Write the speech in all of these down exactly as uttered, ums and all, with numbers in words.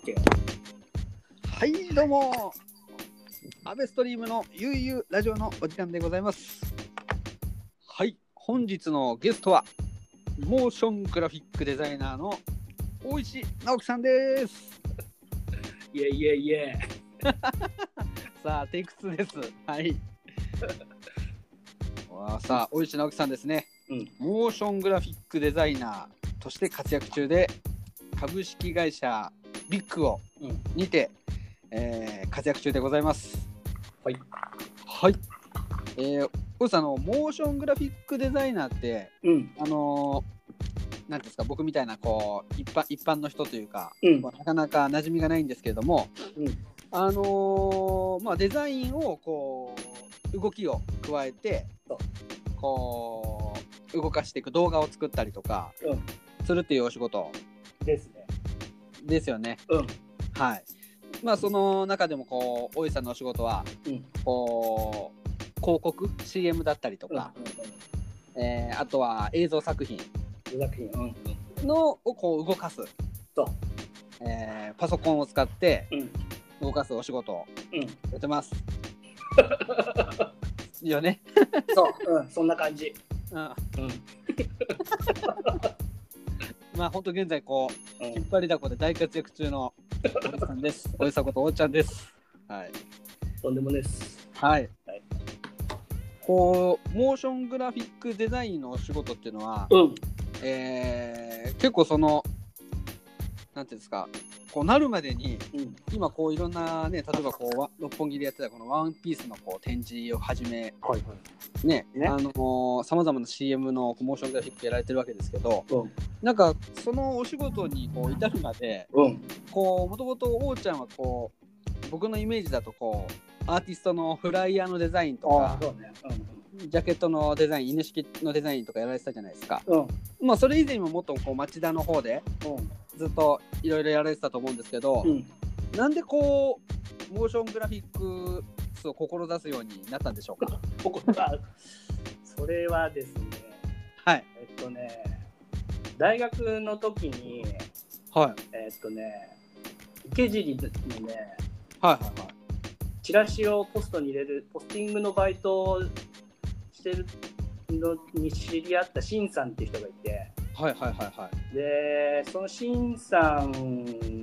OK。 はいどうもアベストリームのゆうゆうラジオのお時間でございます。はい、本日のゲストはモーショングラフィックデザイナーの大石直樹さんです。 イエイエイイエイさあテイクツーです。はいさあ大石直樹さんですね、うん、モーショングラフィックデザイナーとして活躍中で、株式会社ビッグをにて、うんえー、活躍中でございます。 はいはい、えー、大石さんのモーショングラフィックデザイナーって、うん、あのー、なんですか、僕みたいなこう 一般、一般の人というか、うん、なかなか馴染みがないんですけれども、うん、あのー、まあデザインをこう動きを加えてこう動かしていく動画を作ったりとかするっていうお仕事ですね。 ですよね。 うん。 はい。まあその中でもこう大石さんのお仕事は、うん、こう広告 シーエム だったりとか、うんうんうんえー、あとは映像作品のをこう動かす、 そうえー、パソコンを使って動かすお仕事をやってます。うん、よね。 そう、うん、そんな感じ。 うん。うんまあ本当現在こう、うん、引っ張りだこで大活躍中のおじさんです。おじさんことおーちゃんです。はい。 とんでもです。 はい。はい、こうモーショングラフィックデザインのお仕事っていうのは、うんえー、結構そのなんていうんですか、こうなるまでに、うん、今こういろんなね、例えばこう六本木でやってたこのワンピースのこう展示をはじめ、はいはいね、ねあのさまざまな シーエム のモーショングラフィックやられてるわけですけど、うん、なんかそのお仕事にこう至るまで、うん、こうもともとおーちゃんはこう僕のイメージだとこうアーティストのフライヤーのデザインとか、そうねうん、ジャケットのデザイン、犬式のデザインとかやられてたじゃないですか。うん、まあそれ以前にももっとこう町田の方で、うんずっといろいろやられてたと思うんですけど、うん、なんでこうモーショングラフィックを志すようになったんでしょうか。 それはですね、 はいえっとね大学の時に、はい、えっとね池尻のね、はいはいはい、チラシをポストに入れるポスティングのバイトをしてるのに知り合ったシンさんっていう人がいて、 はいはいはいはい、 でそのシンさん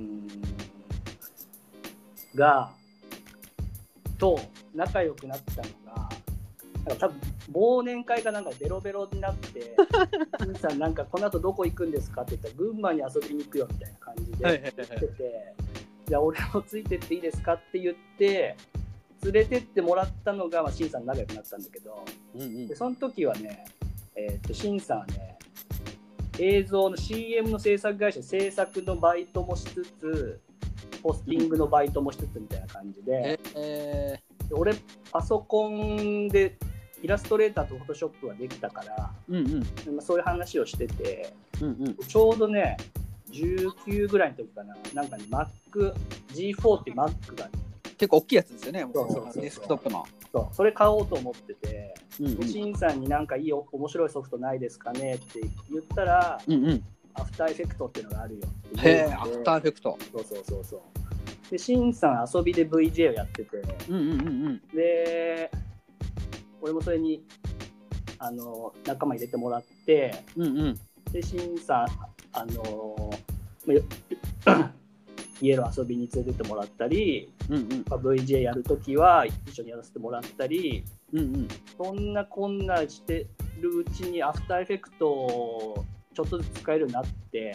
がと仲良くなったのがなんか多分忘年会かなんかベロベロになってシンさんなんかこの後どこ行くんですかって言ったら群馬に遊びに行くよみたいな感じで言ってて、はいはいはい、じゃあ俺もついてっていいですかって言って連れてってもらったのが、まあ、シンさん仲良くなったんだけど、うんうん、でその時はね、えー、とシンさんはね映像の シーエム の制作会社制作のバイトもしつつポスティングのバイトもしつつみたいな感じで、えー、で俺パソコンでイラストレーターとフォトショップができたから、うんうんまあ、そういう話をしてて、うんうん、ちょうどねじゅうきゅうぐらいの時かななんかね Mac ジーフォー っていう Mac が結構大きいやつですよね。そうそうそうそうデスクトップのそうそれ買おうと思ってて、うんうん、シンさんになんかいい面白いソフトないですかねって言ったら、うんうん、アフターエフェクトっていうのがあるよって言って、 へーアフターエフェクトそうそうそうそうでシンさん遊びで ブイジェー をやってて、うんうんうんうん、で俺もそれにあの仲間入れてもらって、うんうん、でシンさんあの家の遊びに連れてってもらったり、うんうんまあ、ブイジェー やるときは一緒にやらせてもらったり、うんうん、そんなこんなしてるうちにアフターエフェクトをちょっとずつ使えるようになって、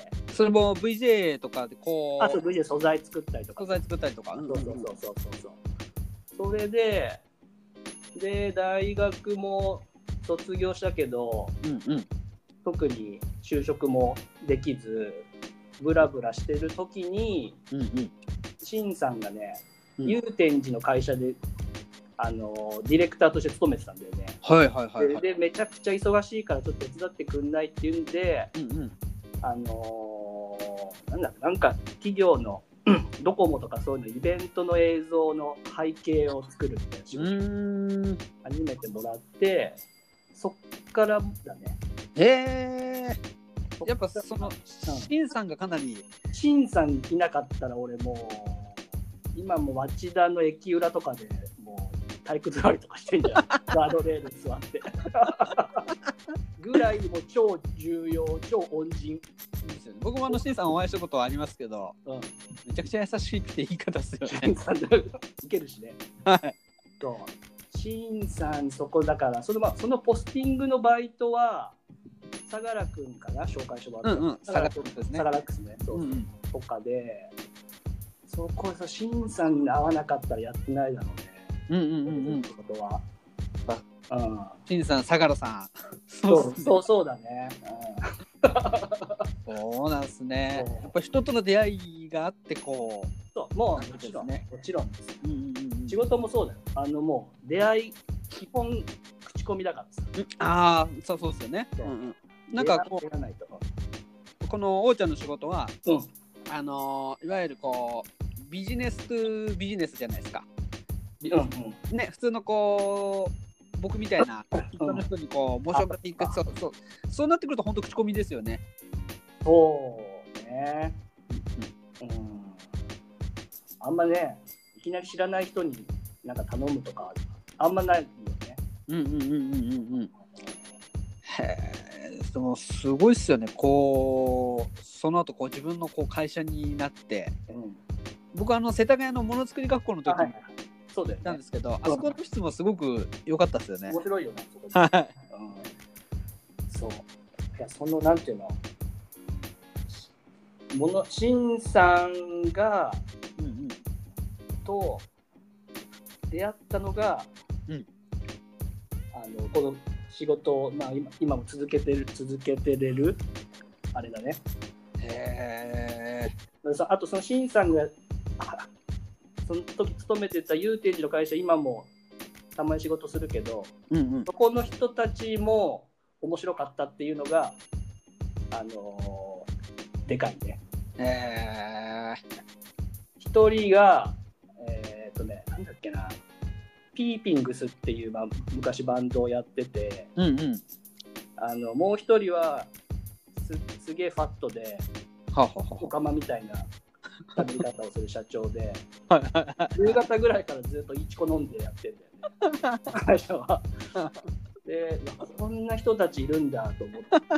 それも ブイジェー とかでこうあそう ブイジェー 素材作ったりとか素材作ったりとかそうそうそうそうそうそうそれでで大学も卒業したけど、うんうん、特に就職もできずブラブラしてる時に、うんうん、シンさんがね、うん、祐天寺の会社であのディレクターとして勤めてたんだよね。 はいはいはい、はい、 で, でめちゃくちゃ忙しいからちょっと手伝ってくんないっていうんで、うんうん、あのー、なんだなんか企業のドコモとかそういうのイベントの映像の背景を作るみたいな仕事始めてもらってそっからだね。 へーやっぱその、シンさんがかなり。 シンさんいなかったら俺もう、今も町田の駅裏とかでもう体育座りとかしてんじゃん。ガードレール座って。ぐらいも超重要、超恩人。 ですよね、僕もあのシンさんお会いしたことはありますけど、うん、めちゃくちゃ優しいって言い方ですよね。 シンさんいけるしね。はい。とシンさんそこだからその、まあ、そのポスティングのバイトは相良くんかな紹介してもらった。うんうん、相良くんですね。相良くんね。そうそう、うんうん、とかでそこさシンさんに会わなかったらやってないだろうね。うんうんうんうん。ってことは。 うん、シンさん、相良さん。 そうそうそうだね。 うん、そうなんですね。やっぱ人との出会いがあってこう。 そうもうもちろんね。もちろんです。うんうんうん、仕事もそうだよ。あのもう出会い基本口コミだからさ。 ああそうそうですよね。うんうん、なんかこうこのおーちゃんの仕事は、うん、あのいわゆるこうビジネストゥビジネスじゃないですか。うんうん、ね普通のこう。僕みたいな一般の人にこうモーショングラフィック、そうそうそうなってくると本当口コミですよね。 そうね、うんうん、あんまねいきなり知らない人になんか頼むとかあんまないよね。うんうんうんうんうんうん。 へえ、でもすごいっすよね。こうその後こう自分のこう会社になって、うん、僕はあの世田谷のものづくり学校の時にそうだよね、 なんですけど、あそこの室もすごく良かったですよね。 面白いよね。はい、うん。そう。いやそのなんていうの、ものシンさんが、うんうん、と出会ったのが、うん、あのこの仕事をまあ今今も続けてる続けてれるあれだね。へえ。あとそのシンさんがその時勤めてた祐天寺の会社今もたまに仕事するけど、うんうん、そこの人たちも面白かったっていうのがあのー、でかいね。えー、一人がえー、っとねなんだっけなピーピングスっていう、まあ、昔バンドをやってて、うんうん、あのもう一人は す, すげえファットでオカマみたいな食べ方をする社長で夕方ぐらいからずっとイチコ飲んでやってんだよね会社は。でこんな人たちいるんだと思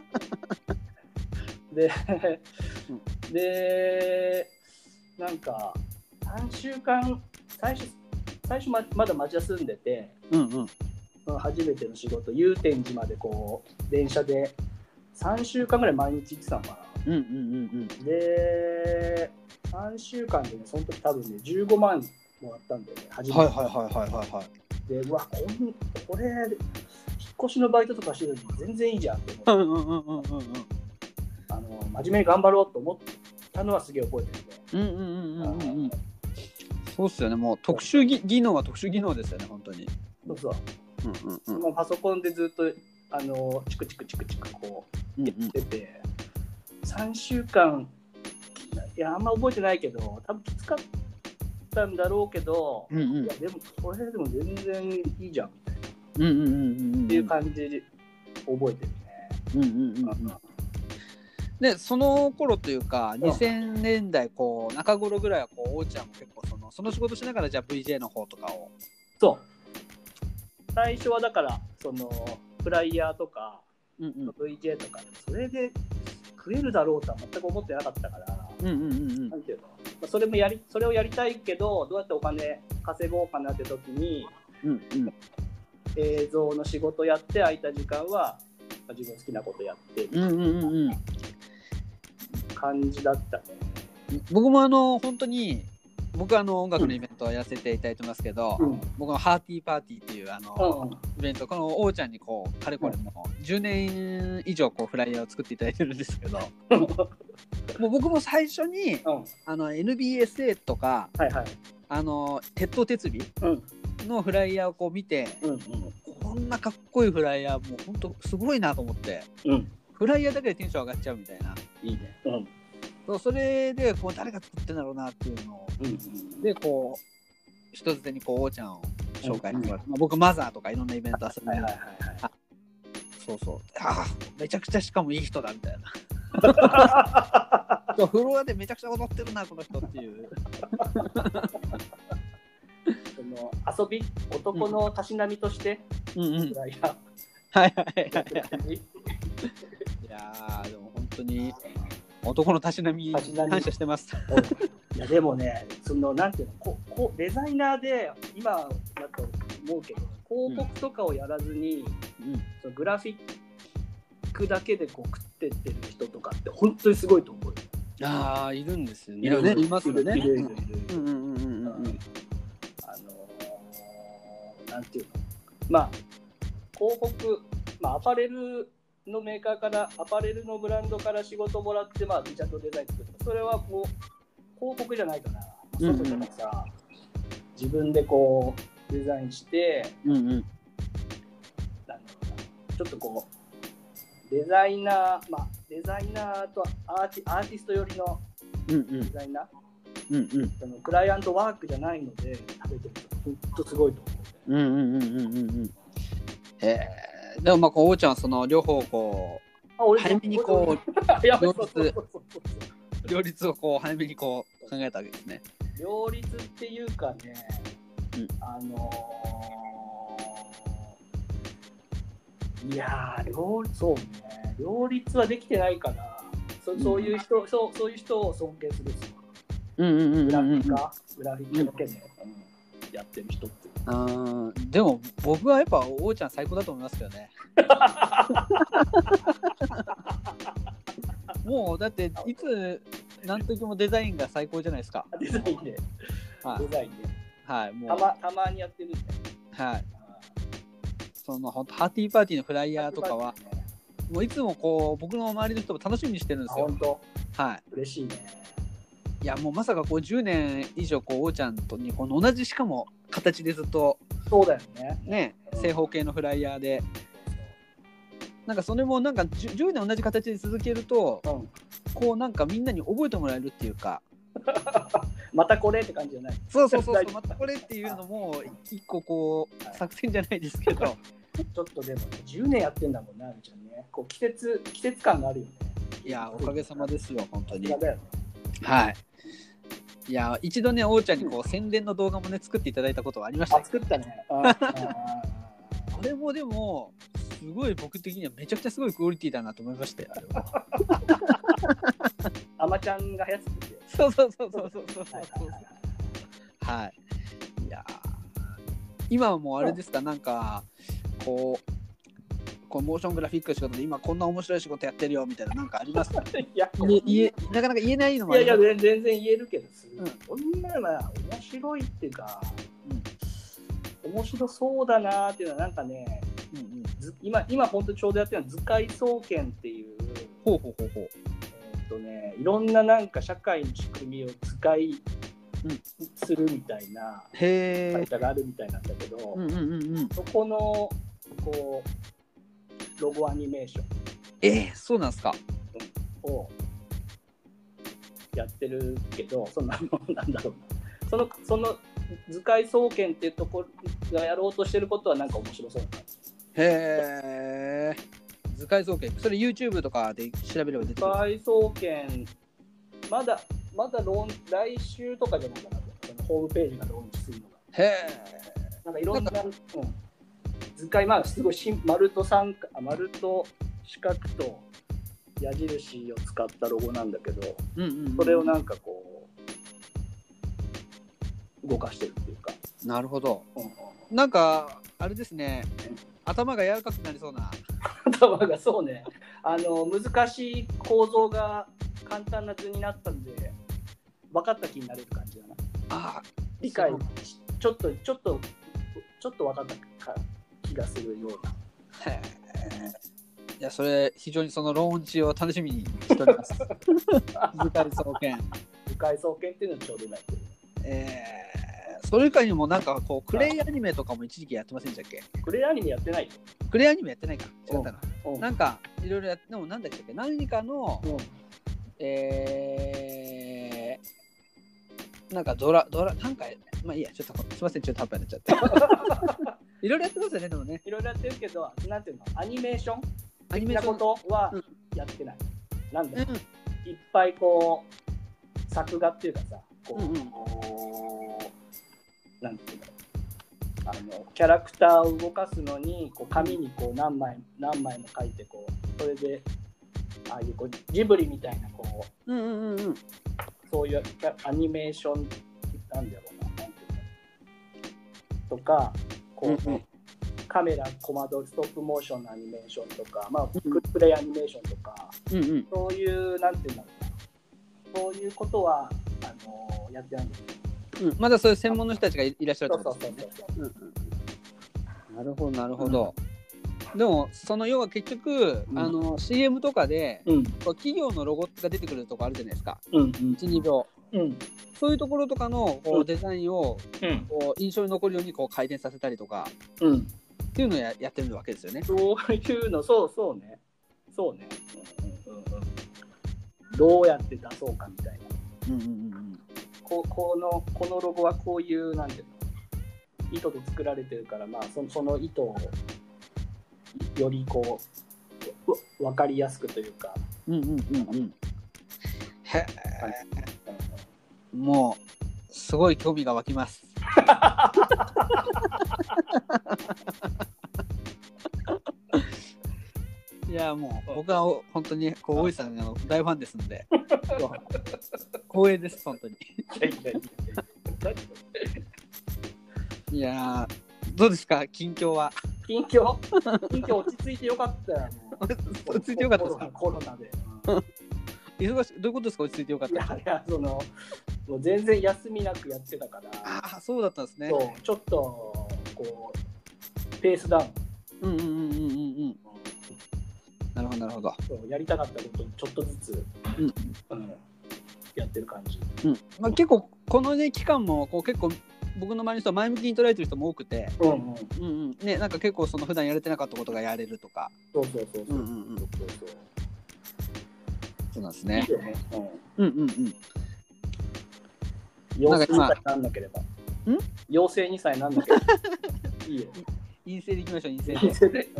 ってででなんかさんしゅうかん最初最初 ま, まだ町田住んでて、うんうん、初めての仕事祐天寺までこう電車でさんしゅうかんぐらい毎日行ってたのかな。うんうんうんうん、でさんしゅうかんでねその時多分ねじゅうごまんもらったんだよね初めて。はいはいはいはいはいはい。でうわこんこれ引っ越しのバイトとかしてるのに全然いいじゃんって思って、うんうんうんうんうん、あの真面目に頑張ろうと思ったのはすげえ覚えてるね。うんうんうんうんうん。 そうっすよね。もう特殊技、技能は特殊技能ですよね本当に。 そうそう。うんうんうん。もうパソコンでずっとあのチクチクチクチクこうやってて、うんうん、さんしゅうかんいやあんま覚えてないけど多分きつかったんだろうけど、うんうん、いやでもこれでも全然いいじゃんみたいな、うんうんうんうん、っていう感じで覚えてるね。うんうんうんうん。 でその頃というかにせんねんだいこう中頃ぐらいはこうおーちゃんも結構そのその仕事しながらじゃあ ブイジェー の方とかを。 そう最初はだからそのフライヤーとか、うんうん、ブイジェー とかそれで食えるだろうとは全く思ってなかったから、うんうんうんうん、なんていうの、まあ、それもやりそれをやりたいけどどうやってお金稼ごうかなって時に、うんうん、映像の仕事やって空いた時間は自分好きなことやってみたいな、うんうんうん、感じだったね。 僕もあの本当に僕はあの音楽のイベントをやらせていただいてますけど、うん、僕のハーティーパーティーっていうあの、うん、イベントこのおーちゃんにこうかれこれもうじゅうねん以上こうフライヤーを作っていただいてるんですけどもう僕も最初に、うん、あの エヌビーエスエー とか、はいはい、あの鉄塔鉄尾のフライヤーをこう見て、うんうん、こんなかっこいいフライヤーもう本当すごいなと思って、うん、フライヤーだけでテンション上がっちゃうみたいな。いいね、うんそうそれでこう誰が作ってんだろうなっていうのを、うんうん、でこう人づてにこうおーちゃんを紹介してもらって、うんうんまあ、僕マザーとかいろんなイベント遊んで、はいはいはいはい、そうそうあめちゃくちゃしかもいい人だみたいなフロアでめちゃくちゃ踊ってるなこの人っていうその遊び男のたしなみとして、 うんうん、 フライヤーはいはいはいはいいやーでも本当に男のたしなみ感謝してます。 いやでもね、そのなんていうの、ここデザイナーで今だと思うけど、広告とかをやらずに、うん、そのグラフィックだけでこう食ってってる人とかって本当にすごいと思う。 ああいるんですよね。 いるね、 いますよね。 いるいるいるいる。 うんうんうんうんうん。 あのー、なんていうの、まあ広告、まあアパレルのメーカーからアパレルのブランドから仕事もらってまあちゃんとデザイン作るとか、それはこう広告じゃないかな。外とかさ、うんうん、自分でこうデザインして、うんうん、なんだろうな、ちょっとこうデザイナー、まあデザイナーとアーティ、アーティスト寄りのデザイナー、うんうんうん、そのクライアントワークじゃないので食べてると本当すごいと思う、ね。うんうんうんうんうんうん。 へー、でもまあこうおーちゃんはその両方こう早めにこう両立両立をこう早めにこう考えたわけですね。 両立っていうかね、うん、あのー、いやー両そうね両立はできてないから、そ、そういう人、うん、そうそういう人を尊敬するんですよ。うんうんうんうん、グラフィックかグラフィックだけで、うん、やってる人って。 あでも僕はやっぱおーちゃん最高だと思いますけどね。もうだっていつ何時もデザインが最高じゃないですか。 デザインで、はい、デザインで、はい、もうたまたまにやってるんで、 はい。その本当ハーティーパーティーのフライヤーとかは、ね、もういつもこう僕の周りの人も楽しみにしてるんですよ。 本当。 はい。 嬉しいね。 いやもうまさかこうじゅうねん以上こうおーちゃんとにこの同じしかも形でずっとそうだよね。 ね、うん、正方形のフライヤーで。なんかそれもなんかじゅうねん同じ形で続けると、うん、こうなんかみんなに覚えてもらえるっていうかまたこれって感じじゃない。 そうそうそうそうまたこれっていうのも一個こう、はい、作戦じゃないですけどちょっとでも、ね、じゅうねんやってんだもんな、あんちゃんね。こう季節季節感があるよね。 いやおかげさまですよ本当に。 だよね、 はい。いや一度ねおーちゃんにこう、うん、宣伝の動画もね作っていただいたことはありました。 あ作ったね。ああれもでもすごい僕的にはめちゃくちゃすごいクオリティだなと思いましたよ。あれはあまちゃんがやつって。 そうそうそうそうそうそうそうそう。はい。いや今はもうあれですか、なんかこうこうモーショングラフィックの仕事で今こんな面白い仕事やってるよみたいななんかありますか？いやいえなかなか言えないのもある。いやいや全然言えるけど、うん、そんなのは面白いっていうか、うん、面白そうだなっていうのはなんかね。うんうん、今今本当ちょうどやってるのは図解総研っていう、 ほうほうほうほう、 えーっとね、いろんななんか社会の仕組みを図解するみたいな会社があるみたいなんだけど、うんうんうんうん、そこのこうロゴアニメーション、 えー、そうなんですか、 をやってるけど、そんななんだろうな、そのその図解総研っていうところがやろうとしてることはなんか面白そうな感じ。 へー、図解総研、それ YouTube とかで調べれば出てくる。 図解総研、まだまだローン来週とかじゃないかなと、そのホームページがローンチするのが。 へー、なんかいろんな、うん、図解、まあすごい丸と三角、丸と四角と矢印を使ったロゴなんだけど、うんうんうん、それをなんかこう動かしてるっていうか。 なるほど。うん、なんかあれですね。頭が柔らかくなりそうな。 頭がそうね、あの難しい構造が簡単な図になったんで分かった気になれる感じだな。あ、理解ちょっとちょっとちょっと分かった気がするような。へー、いやそれ非常にそのローンチを楽しみにしております。図解総研。 図解総研っていうのをちょうどないけど。 えーそれ以外にもなんかこうクレイアニメとかも一時期やってませんでしたっけ？ クレイアニメやってない。 クレイアニメやってないか。違ったな。なんかいろいろやって、でもなんだっけ？何かの、えー、なんかドラドラなんかまあいいや、ちょっとすみません、ちょっとタップになっちゃって。いろいろやってますよね、でもね。 いろいろやってるけど、なんていうの、アニメーションアニメーションことはやってない。 なんだろう、うん、いっぱいこう作画っていうかさ、こう、うんうん、なんていうの、あのキャラクターを動かすのにこう紙にこう何枚何枚も書いてこうそれでああいうこうジブリみたいなこう、うんうんうん、そういうアニメーションなんだろうな、なんていうのとかこう、うんうん、カメラコマ撮りストップモーションのアニメーションとか、まあ、クプレイアニメーションとか、うんうん、そういうなんていうんだろうな、そういうことはあのやってないんですよ。 うん、まだそういう専門の人たちがいらっしゃるってことですね。なるほどなるほど、うん、でもその要は結局、うん、あの シーエム とかで、うん、企業のロゴが出てくるとこあるじゃないですか、うんうん、いちにびょう、うん、そういうところとかのこうデザインを、うん、こう印象に残るようにこう回転させたりとか、うん、っていうのを や, やってるわけですよね。 そういうの、そうそうねそうね、うんうんうん、どうやって出そうかみたいな、うんうんうん、こ, こ, のこのロゴはこういうなんていうの糸で作られてるから、まあ、そ, その糸をよりこう分かりやすくというか、うんうんうんうん、 へえ、もうすごい興味が湧きますいやもう僕は本当にこう大石さんの大ファンですので光栄です本当にいやどうですか近況は。 近況近況落ち着いてよかったよ落ち着いてよかったですか。 コロナで、 うん、忙しどういうことですか落ち着いてよかった。 いやいやそのもう全然休みなくやってたから。 ああそうだったんですね。 そうちょっとこうペースダウン。 うんうんうんうんうんうんなるほどなるほど。 そうやりたかったことちょっとずつ、うんうん、やってる感じ。 うんまあ、結構この、ね、期間もこう結構僕の周りの人は前向きに捉えてる人も多くて、うんうんうんうんね、なんか結構その普段やれてなかったことがやれるとか。 そうそうそうそう。うんうんうん。 そうなんですね。 いいよね。 うんうんうんうん。 陽性にさえなんなければ。ん？陽性にさえなんなければ。いいよ。 陰性でいきましょう陰性で。陰性で。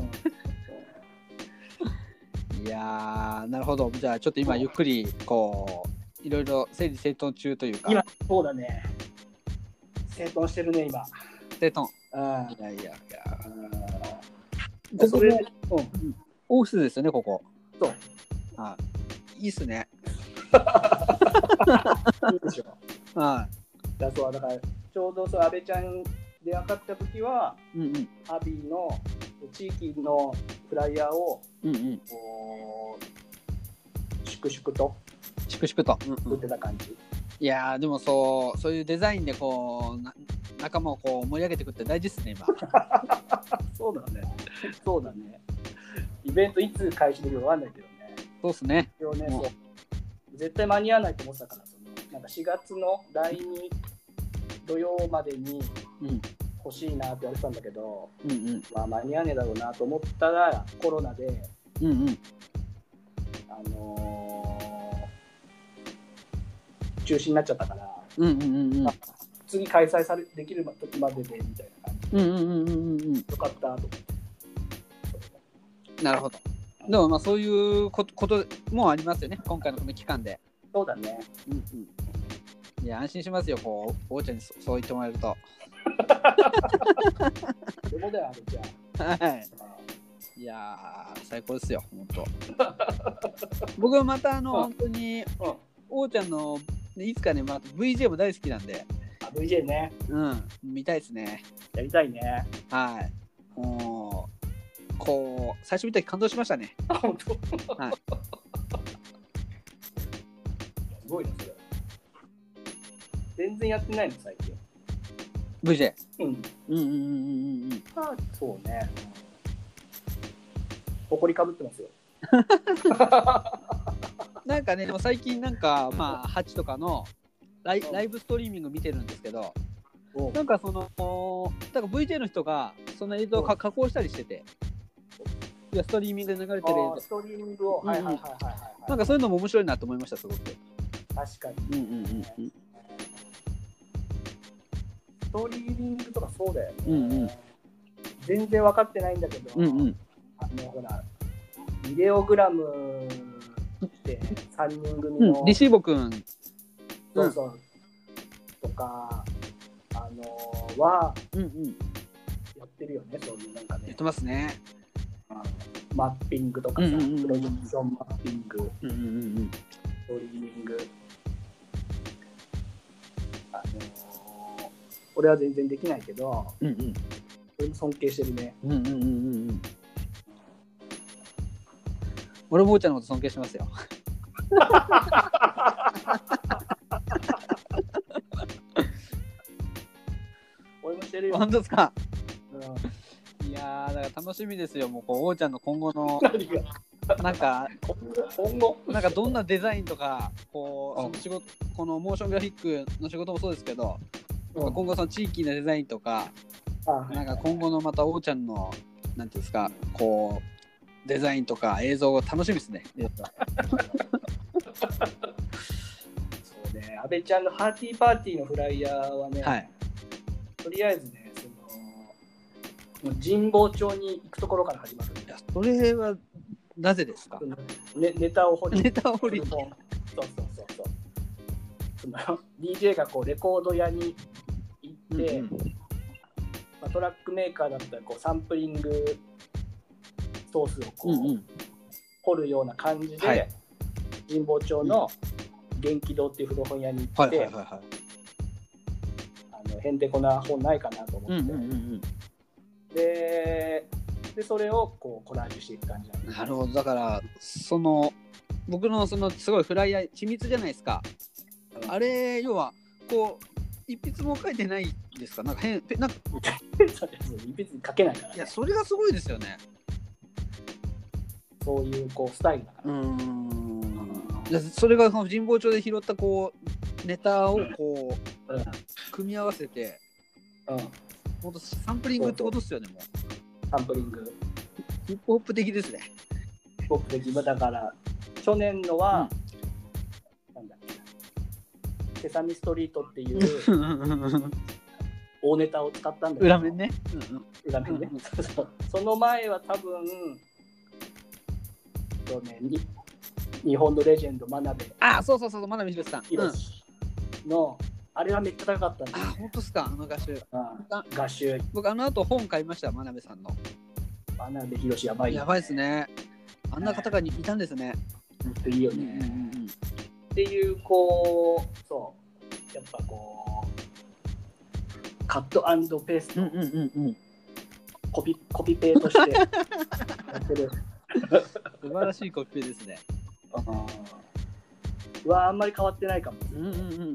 うん、いやーなるほど。じゃあちょっと今ゆっくりこういろいろ整理整頓中というか。 今そうだね。整頓してるね今。 整頓。 あいやいやいや。ここで、うん、オフィスですよねここ。 そう。 あ、いいっすね。 いいでしょ。はい。だそうだからちょうどそう安倍ちゃんで分かった時は、うんうん、アビーの地域のフライヤーを、うんうん、こう粛々と粛々と作ってた感じ。 うんうんいやでもそうそういうデザインでこうな仲間をこう盛り上げていくって大事ですね今。 そうだねそうだね。イベントいつ開始できるか分かんないけどね。 そうですね。 ねそう絶対間に合わないと思ってたからそのなんかしがつのだいに土曜までに欲しいなって言われてたんだけど、うんうんまあ、間に合わねえだろうなと思ったらコロナで、うんうん、あのー中止になっちゃったから、うんうんうんうんまあ、次開催されできる時まででみたいな感じで、うんうんうんうん、よかったと思って。 なるほど。でもまあそういうこともありますよね今回のこの期間で。 そうだね。うんうん、いや安心しますよこうおーちゃんに そ, そう言ってもらえると。 どこだよあれじゃあ。はい。いや最高ですよ本当。僕はまたあの、うん、本当に、うん、おーちゃんのいつかね、まあ、ブイジェー も大好きなんで。 あ ブイジェー ね。 うん、見たいですね。 やりたいね。 はい。もうこう最初見た時感動しましたね。 あ本当。はい。すごいなそれ。全然やってないの最近。 ブイジェー。 うん。うんうんうんうんうん。あそうね。埃かぶってますよ。 なんかねでも最近なんかまあはちとかのラ イ, ライブストリーミング見てるんですけど、なんかそのなんか ブイジェー の人がその映像を加工したりしてて、いやストリーミングで流れてる映像、 ストリーミングを、うん、はいはいはいはいはい、 なんかそういうのも面白いなと思いましたすごく。 確かに。うんうんうんうん。ストリーミングとかそうだよね。うんうん。全然分かってないんだけど、うんうん、あのほらビデオグラムってさんにん組の、 うん、リシーボくんそうそう、うん、とかあのー、は、うんうん、やってるよね、そういうなんかね。 やってますね。 マッピングとかさ、うんうんうん、プロジェクションマッピング、うんうんうん、ストリーミング、あのー、俺は全然できないけど、うんうん、俺も尊敬してるね。うんうんうんうん、 俺もおーちゃんのこと尊敬してますよ。 俺もしてるよ。 本当ですか。うん、いやーだから楽しみですよ。もうこうおーちゃんの今後のなんか今後なんかどんなデザインとかこうその仕事、このモーショングラフィックの仕事もそうですけど、うん、今後その地域のデザインとか、うん、なんか今後のまたおーちゃんのなんていうんですかこうデザインとか映像を楽しみですね。 そうね、阿部ちゃんのハーティーパーティーのフライヤーはね、はい、とりあえずねその神保町に行くところから始まる。 いやそれはなぜですか。 ね、ネタを掘りネタを掘りそうそうそうそうその ディージェー がこうレコード屋に行って、うんうんまあ、トラックメーカーだったらこうサンプリングソースをこう、うんうん、掘るような感じで、はい、神保町の元気堂っていう古本屋に行って、はいはいはいはい、あのへんてこな本ないかなと思って、うんうんうんうん、ででそれをこうコラージュしていく感じなんです。 なるほど。だからその僕のそのすごいフライヤー緻密じゃないですか、うん、あれ要はこう一筆も書いてないですか。なんか変なんか一筆書けないから、ね、 いやそれがすごいですよね。 そういうこうスタイルだから。うーん、それがその神保町で拾ったこうネタをこう、うん、組み合わせて、うん、本当サンプリングってことですよね。もうサンプリングヒップホップ的ですね。 ヒップホップ的だから去年のは、うん、なんだっけセサミストリートっていう大ネタを使ったんだけど裏面ね、 うんうん、裏面ね、うんうん、その前は多分と、ね、日本のレジェンド真鍋あそうそうそう真鍋宏さんの、うん、あれはめっちゃ高かったんだ、 ね、あ本当ですか。あの画集、 あ画集僕あの後本買いました。真鍋さんの真鍋宏やばい、ね、 やばいですね。あんな方がいたんですね。 ほんといいよね、うんうんうん、っていうこうそうやっぱこうカット&ペースト、うんうんうんうん、コピコピペとしてやってる素晴らしいコピペですね。 あうわあんまり変わってないかも。うんうんうんうんうん。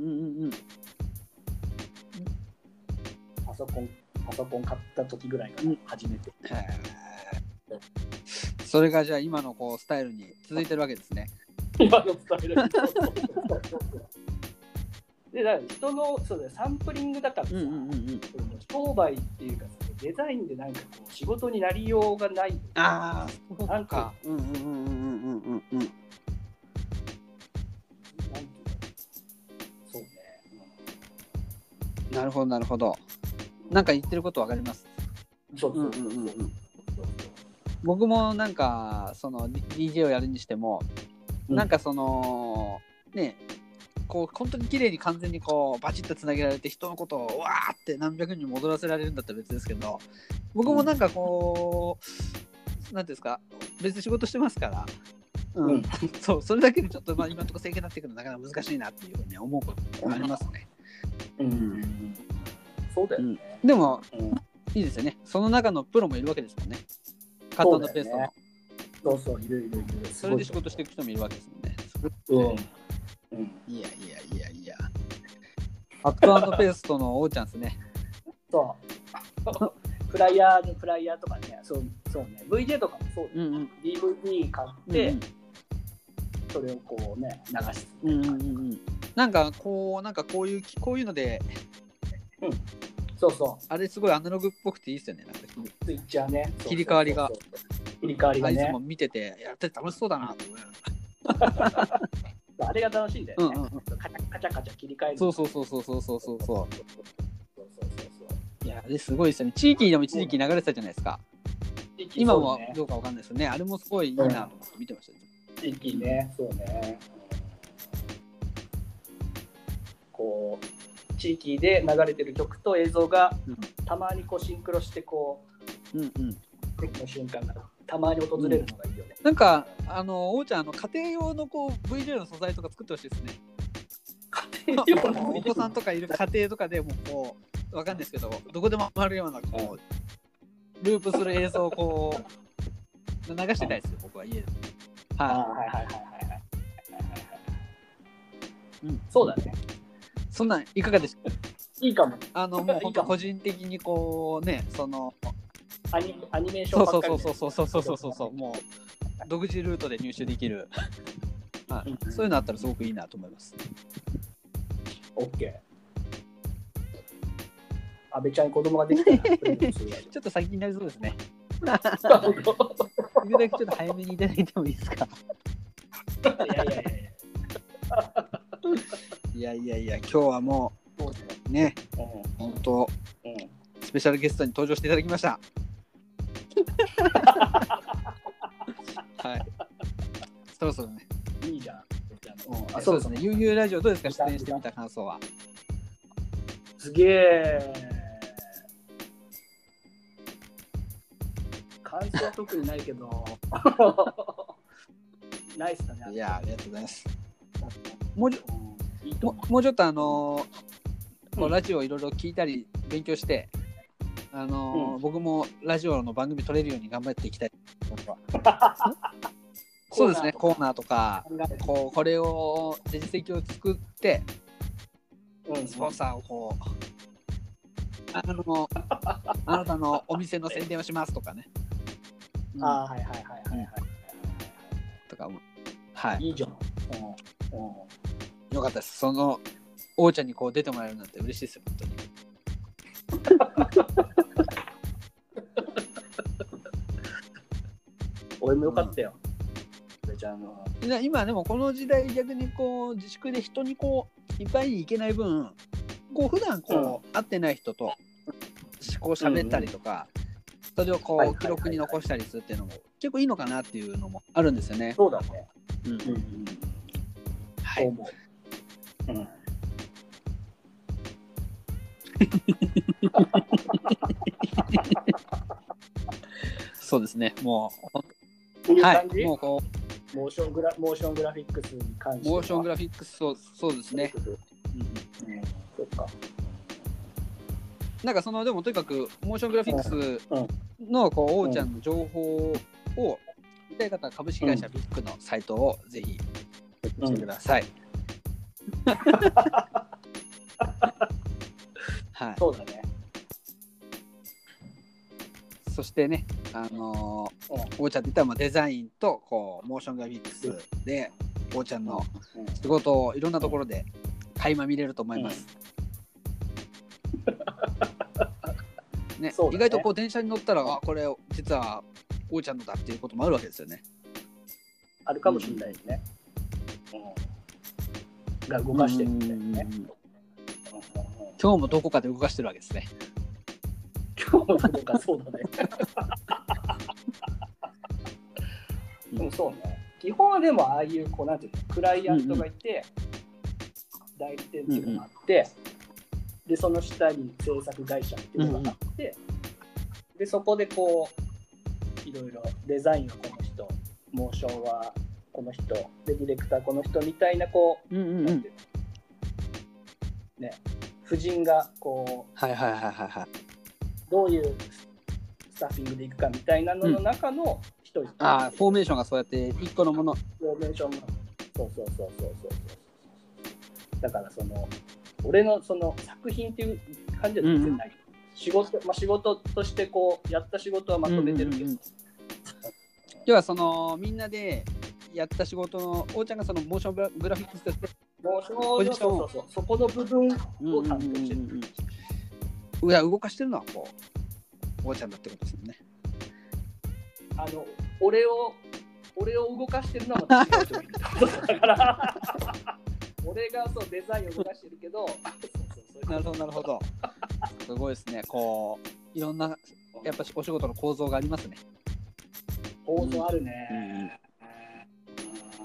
パソコンパソコン買った時ぐらいから初めて。 うん、それがじゃあ今のこうスタイルに続いてるわけですね。 今のスタイルに。でだから人のそうだサンプリングだからさ、うんうんうん、商売っていうかさデザインでなんかこう仕事になりようがない。 ああそうか。なんかうんうんうんうんうんうんうん。なるほどなるほど。なんか言ってることわかります。 そうそうそうそう、うんうんうん、 僕もなんかその ディージェー をやるにしても、うん、なんかそのねこう本当に綺麗に完全にこうバチッとつなげられて人のことをわーって何百人に戻らせられるんだったら別ですけど、僕もなんかこう、うん、なんていうんですか別に仕事してますから。うんうん、そうそれだけでちょっとまあ今のところ整形になっていくのなかなか難しいなっていうふうに思うことがありますね。 うんうん、そうだよね、 うん、でも、うん、いいですよね。その中のプロもいるわけですもんね。カット&ペーストの。 そうそういるいるいる。 それで仕事していく人もいるわけですもんね。うんうん、いやいやいやいや。カット&ペーストのおーちゃんですね。 そう。フライヤーのフライヤーとかね、そうそうね。ブイジェー とかもそう、うんうん、ディーブイディー 買って、うんうん、それをこうね流す。うんうんうん。 なんかこうなんかこういうこういうので、 うん、そうそう。 あれすごいアナログっぽくていいですよね。なんかスイッチャーね。 切り替わりが。 切り替わりがね。 いつも見ててやってて楽しそうだなと思う。あれが楽しいんだよね。うんうんうん、カチャカチャカチャ切り替える。 そうそうそうそうそうそうそうそう。いやあれすごいですよね。地域でも一時期流れてたじゃないですか。今もどうかわかんないですよね。あれもすごいいいなと思って見てました、ね。 地域ね、そうね。こう地域で流れてる曲と映像がたまにこうシンクロしてこう、うんうん、の瞬間がたまに訪れるのがいいよね。 うん、なんかあのおーちゃんあの家庭用のこう ブイジェー の素材とか作ってほしいですね。家庭用のお子さんとかいる家庭とかでもこうわかんないですけど、どこでも回るようなこうループする映像をこう流してたいですよ、僕は家で。 はいはいはいはいはいはい。うん、そうだね。 そんなんいかがですか？ いいかも。 あのもう本当個人的にこうね、そのアニ、アニメーションばっかり、 そうそうそうそうそうそうそうもう独自ルートで入手できる、はい、うん、そういうのあったらすごくいいなと思います。 オッケー。阿部ちゃんに子供ができたらちょっと先になりそうですね。いくだけちょっと早めにいただいてもいいですか？ いやいやいやいや。 いやいやいや、今日はもうね、本当、うん、スペシャルゲストに登場していただきました。はい。そろそろね。 いいじゃん。 あ、そうですね。ゆうゆうラジオどうですか？出演してみた感想は。 すげえ。感想は特にないけど。ナイスだね。 いや、ありがとうございます。もうちょ、うん、も, もうちょっとあのーうん、ラジオいろいろ聞いたり勉強して、あのーうん、僕もラジオの番組撮れるように頑張っていきたい。そうですね、コーナーとか、こうこれをデジ席を作って、うん、スポンサーをこう、あのあなたのお店の宣伝をしますとかね。 うん、ああ、はいはいはいはいはい。 とかも、はい。 いいじゃん。 うんうんよかったです。そのおーちゃんにこう出てもらえるなんて嬉しいですよ、本当に。 俺もよかったよ。うん、ちゃんの今でもこの時代逆にこう自粛で人にこういっぱいに行けない分、こう普段こう、うん、会ってない人とこう喋ったりとか、うんうん、それをこう記録に残したりするっていうのも結構いいのかなっていうのもあるんですよね。 そうだね。 うんうんうん。はい。そう思う。うん、そうですね。もう、 うはい、 もうこうモーショングラモーショングラフィックスに関してはモーショングラフィックスそうそうですね。うん、 うん、そっか。 なんかそのでもとにかくモーショングラフィックスのこう、うん、おーちゃんの情報を見たい方は株式会社ビッグのサイトをぜひチェックしてください。うんはい、 そうだね。 そしてね、あのー、うん、おーちゃんって言ったらまあデザインとこうモーショングラフィックスでおーちゃんの仕事をいろんなところで垣間見れると思います。うんねね、意外とこう電車に乗ったらあこれ実はおーちゃんのだっていうこともあるわけですよね。 あるかもしれないですね。うんうん、が動かしてるみたいなね。 今日もどこかで動かしてるわけですね。 今日もどこかそうだね。でもそうね。基本はでもああいうこうなんていうのクライアントがいて、うんうん、代理店っていうのがあって、うんうん、でその下に制作会社っていうのがあって、うんうん、でそこでこういろいろデザインはこの人、モーションはこの人、でディレクターこの人みたいなこう、うんうんうん、なんていうのね。夫人がこう、 はいはいはいはいはい、 どういうスタッフィングでいくかみたいなのの中の一人、うん、 ああフォーメーションがそうやって一個のものフォーメーションがそうそうそうそうそうそうだからその俺のその作品っていう感じは全然ない、うん、仕事、まあ、仕事としてこうやった仕事はまとめてるけど、うんうんうん、 要はそのみんなでやった仕事のおーちゃんがそのモーショングラフィックスとしてもうそのそうそうそうそこの部分を担当してる。 いや動かしてるのはこうおーちゃんだってことですもんね。 あの俺を俺を動かしてるのはまた違う人がいるだから俺がそうデザインを動かしてるけどそうそうそうなるほどなるほどすごいですね。こういろんなやっぱお仕事の構造がありますね。 構造あるね。うんうん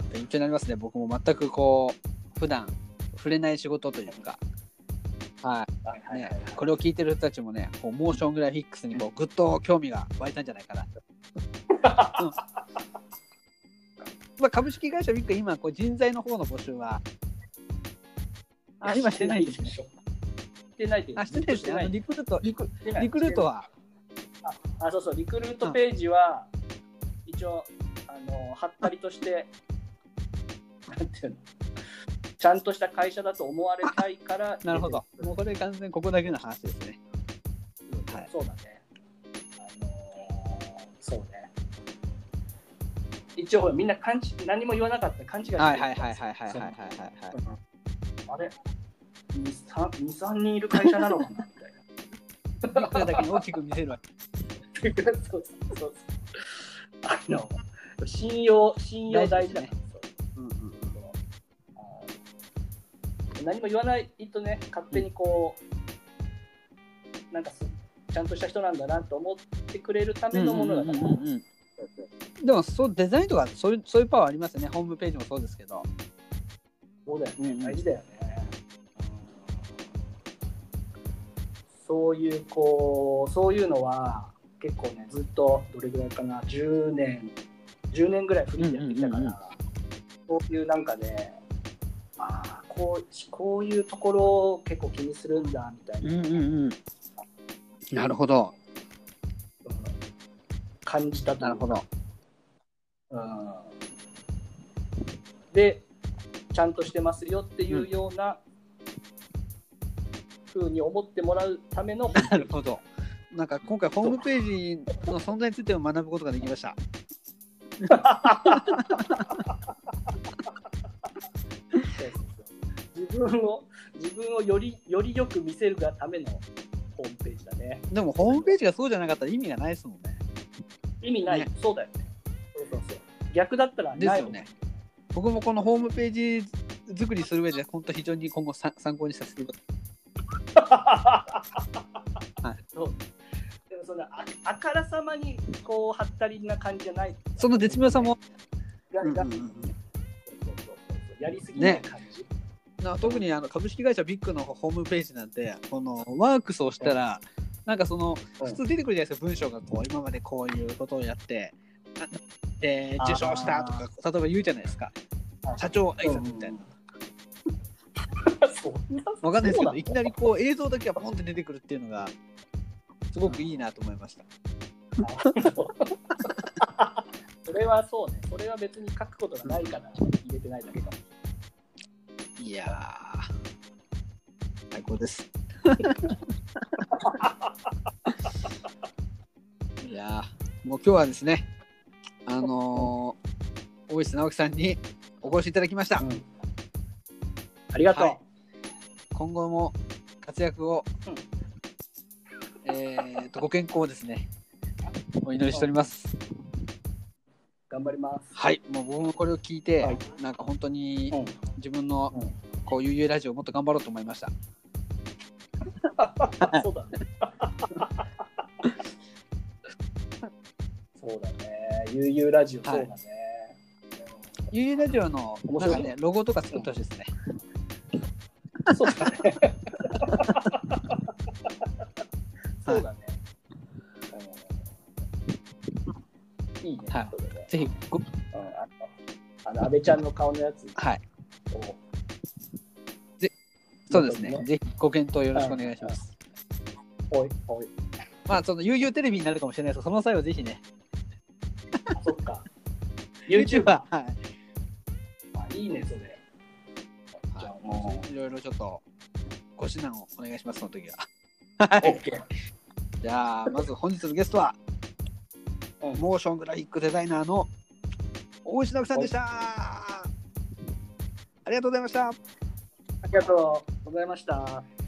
勉強になりますね。僕も全くこう普段触れない仕事というか、はいはいはいはい、ね、これを聞いてる人たちもね、こうモーショングラフィックスにこうぐっと興味が湧いたんじゃないかな。うん、まあ、株式会社ビッグ今こう人材の方の募集はあ今してないですね。 してないです。 あしてないですね。あのリクルートリクリクルートはああそうそうリクルートページは、うん、一応あのはったりとしてなんていうのちゃんとした会社だと思われたいからなるほど。もうこれ完全にここだけの話ですね。 うんはい、そうだね。あのー、そうね。一応みんな勘違何も言わなかった勘違いしてる。 はいはいはいはいはいはいはいはい。 あれに、さんにんいる会社なのかなみたいな。 これだけに大きく見せるわけ。 そうそうそう。あの信用信用大事だね。うんうんうん。何も言わないとね、勝手にこうなんかちゃんとした人なんだなと思ってくれるためのものだから。 でもそうデザインとかそういうそういうパワーありますよね。ホームページもそうですけど。 そうだよね。大事だよね。そういうこうそういうのは結構ねずっとどれぐらいかなじゅうねんじゅうねんぐらいフリーでやってきたから、うんうんうんうん、そういうなんかねあこうこういうところを結構気にするんだみたいな、うんうんうん、 なるほど感じたと。 なるほど、 うん、でちゃんとしてますよっていうような、うんふうに思ってもらうためのなるほど。なんか今回ホームページの存在についても学ぶことができました。 自分を自分をよりよりよく見せるがためのホームページだね。 でもホームページがそうじゃなかったら意味がないですもんね。 意味ない、ね、そうだよね。そうそうそう。逆だったらないですよね。僕もこのホームページ作りする上で本当非常に今後参考にさせていただきます。はい、 そうでもそんな あ, あからさまにこうはったりな感じじゃない。 その絶妙さもやりすぎない感じ、 ね、な特にあの株式会社ビッグのホームページなんてこのワークスをしたら、うん、なんかその普通出てくるじゃないですか、文章がこう今までこういうことをやってで受賞したとか例えば言うじゃないですか、社長挨拶みたいな、うんわかんないですけどいきなりこう映像だけがポンって出てくるっていうのがすごくいいなと思いました。 それはそうね。それは別に書くことがないから入れてないだけかも。 いやー最高です。いやーもう今日はですねあのー、大石直樹さんにお越しいただきました。うん、 ありがとう。はい、 今後も活躍を、うん、えー、とご健康をですねお祈りしております。 頑張ります。 はい、もう僕もこれを聞いて、はい、なんか本当に自分のこうゆうゆうラジオをもっと頑張ろうと思いました。 そうだね。そうだね。ゆうゆうラジオ、そうだね。 ゆうゆうラジオのなんかねロゴとか作ってほしいですね。 そうだね。そうだね。いいね。 はい。ぜひご、うん、 あの安倍ちゃんの顔のやつ。 はい。ぜ、そうですね。ぜひご検討よろしくお願いします。 おいおい。 まあそのゆうゆうテレビになるかもしれないですけど、その際はぜひね。 そっか。 YouTube は。はい。 あ、いいねそれ。 じゃあもういろいろちょっとご指南をお願いしますその時は。 はい。 じゃあまず本日のゲストは、うん、モーショングラフィックデザイナーの大石直樹さんでした。ありがとうございました。 ありがとうございました。